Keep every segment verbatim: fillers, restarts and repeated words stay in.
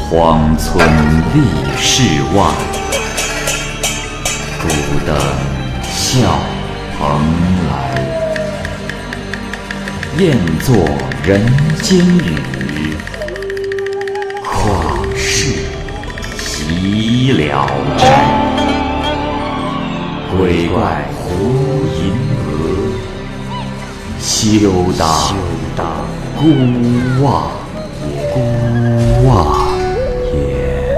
荒村立世外，孤灯笑蓬莱。雁作人间雨，旷世岂了斋。鬼怪胡银娥，休当孤望也。孤望也。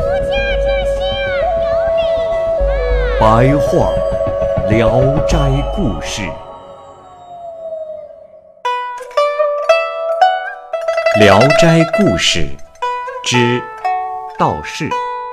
白话《聊斋故事》，《聊斋故事》之道士。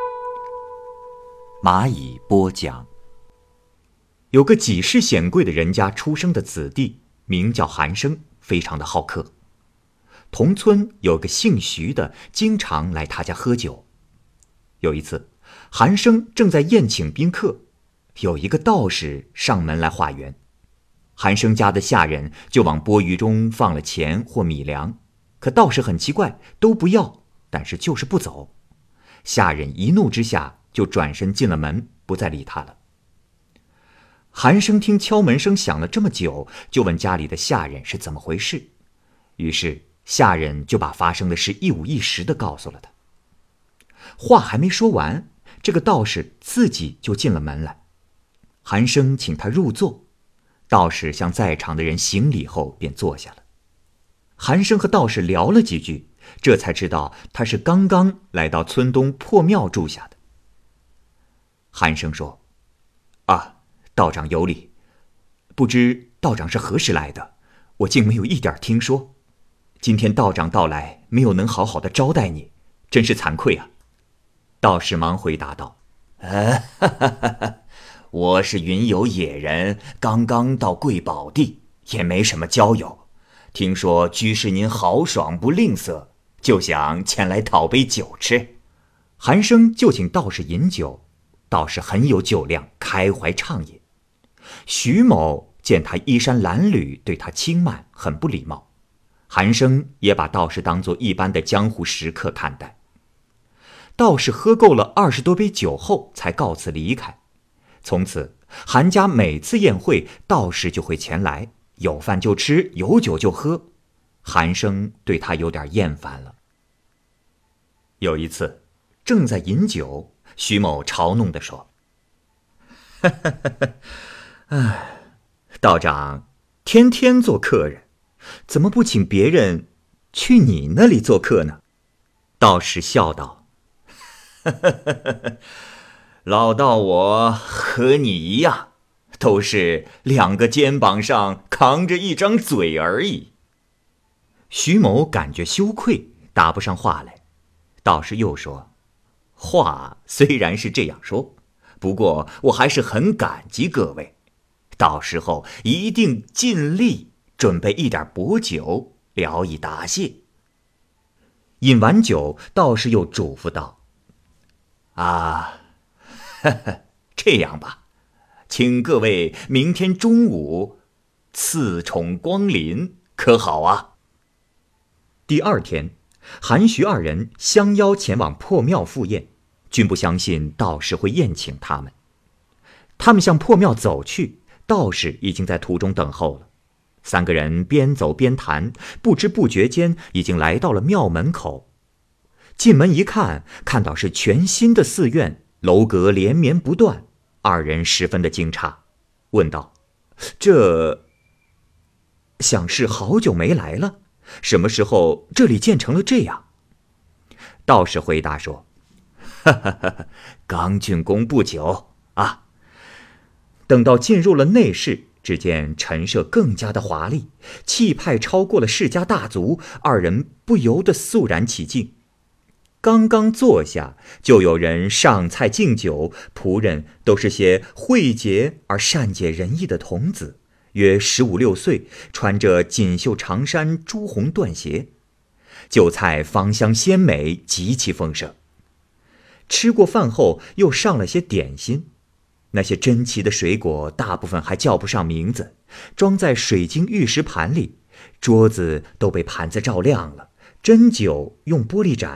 蚂蚁播讲。有个几世显贵的人家出生的子弟，名叫韩生，非常的好客。同村有个姓徐的，经常来他家喝酒。有一次，韩生正在宴请宾客，有一个道士上门来化缘。韩生家的下人就往钵盂中放了钱或米粮，可道士很奇怪，都不要，但是就是不走。下人一怒之下就转身进了门，不再理他了。韩生听敲门声响了这么久，就问家里的下人是怎么回事。于是下人就把发生的事一五一十地告诉了他。话还没说完，这个道士自己就进了门来。韩生请他入座，道士向在场的人行礼后便坐下了。韩生和道士聊了几句，这才知道他是刚刚来到村东破庙住下的。韩生说：啊，道长有礼，不知道长是何时来的，我竟没有一点听说。今天道长到来，没有能好好的招待你，真是惭愧啊。道士忙回答道：啊，哈哈哈哈，我是云游野人，刚刚到贵宝地，也没什么交友。听说居士您豪爽不吝啬，就想前来讨杯酒吃。韩生就请道士饮酒，道士很有酒量，开怀畅饮。徐某见他衣衫褴褛，对他轻慢，很不礼貌。韩生也把道士当作一般的江湖食客看待。道士喝够了二十多杯酒后，才告辞离开。从此，韩家每次宴会，道士就会前来，有饭就吃，有酒就喝。韩生对他有点厌烦了。有一次，正在饮酒，徐某嘲弄地说：哎，道长天天做客人，怎么不请别人去你那里做客呢？道士笑道：老道我和你一样，都是两个肩膀上扛着一张嘴而已。徐某感觉羞愧，答不上话来。道士又说：话虽然是这样说，不过我还是很感激各位，到时候一定尽力准备一点薄酒，聊以答谢。饮完酒，道士又嘱咐道：啊，呵呵，这样吧，请各位明天中午赐宠光临，可好啊？第二天，韩徐二人相邀前往破庙赴宴，均不相信道士会宴请他们。他们向破庙走去，道士已经在途中等候了。三个人边走边谈，不知不觉间已经来到了庙门口。进门一看，看到是全新的寺院，楼阁连绵不断，二人十分的惊诧，问道：这想是好久没来了，什么时候这里建成了这样？道士回答说：哈哈哈，刚竣工不久啊。等到进入了内室，只见陈设更加的华丽，气派超过了世家大族，二人不由得肃然起敬。刚刚坐下，就有人上菜敬酒，仆人都是些慧洁而善解人意的童子，约十五六岁，穿着锦绣长衫、朱红缎鞋。酒菜芳香鲜美，极其丰盛。吃过饭后，又上了些点心。那些珍奇的水果大部分还叫不上名字，装在水晶玉石盘里，桌子都被盘子照亮了，斟酒用玻璃盏，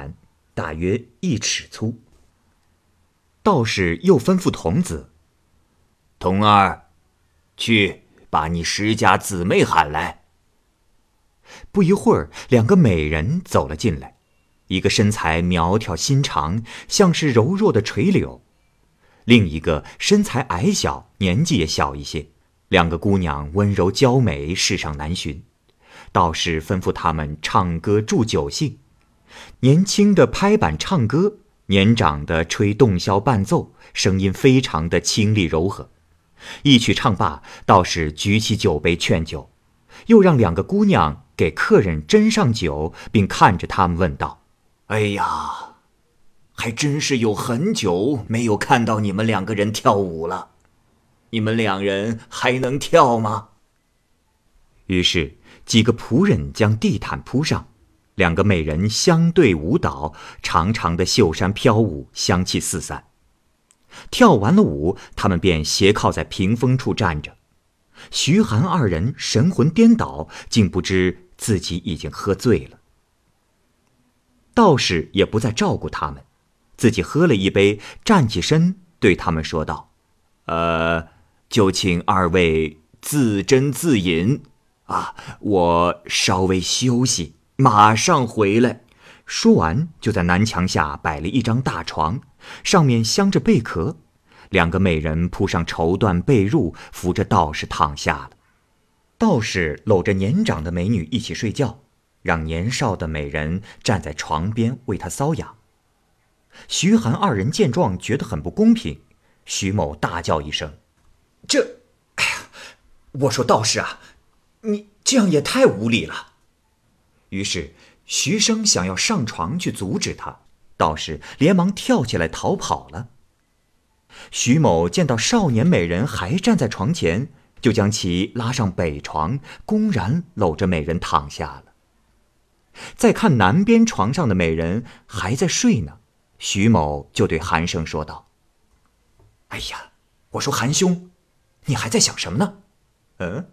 大约一尺粗。道士又吩咐童子：“童儿，去把你十家姊妹喊来。”不一会儿，两个美人走了进来，一个身材苗条心长，像是柔弱的垂柳；另一个身材矮小，年纪也小一些。两个姑娘温柔娇美，世上难寻。道士吩咐他们唱歌助酒兴，年轻的拍板唱歌，年长的吹洞箫伴奏，声音非常的清丽柔和。一曲唱罢，道士举起酒杯劝酒，又让两个姑娘给客人斟上酒，并看着他们问道：“哎呀，还真是有很久没有看到你们两个人跳舞了，你们两人还能跳吗？”于是几个仆人将地毯铺上，两个美人相对舞蹈，长长的袖衫飘舞，香气四散。跳完了舞，他们便斜靠在屏风处站着。徐韩二人神魂颠倒，竟不知自己已经喝醉了。道士也不再照顾他们，自己喝了一杯，站起身对他们说道：“呃，就请二位自斟自饮啊，我稍微休息，马上回来。”说完，就在南墙下摆了一张大床，上面镶着贝壳。两个美人铺上绸缎被褥，扶着道士躺下了。道士搂着年长的美女一起睡觉，让年少的美人站在床边为他搔痒。徐韩二人见状，觉得很不公平。徐某大叫一声：“这，哎呀，我说道士啊，你这样也太无礼了。”于是徐生想要上床去阻止他，道士连忙跳起来逃跑了。徐某见到少年美人还站在床前，就将其拉上北床，公然搂着美人躺下了。再看南边床上的美人还在睡呢，徐某就对韩生说道：“哎呀，我说韩兄，你还在想什么呢？”嗯，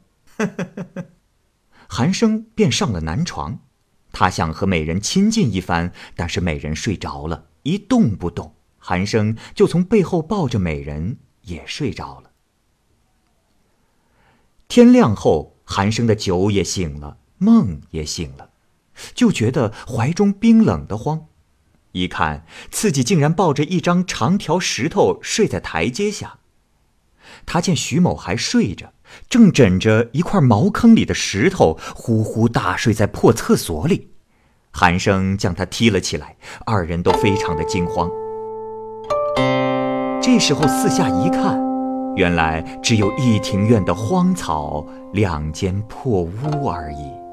韩生便上了南床，他想和美人亲近一番，但是美人睡着了，一动不动。韩生就从背后抱着美人，也睡着了。天亮后，韩生的酒也醒了，梦也醒了，就觉得怀中冰冷得慌。一看，自己竟然抱着一张长条石头睡在台阶下。他见徐某还睡着，正枕着一块茅坑里的石头，呼呼大睡在破厕所里。韩生将他踢了起来，二人都非常的惊慌。这时候四下一看，原来只有一庭院的荒草，两间破屋而已。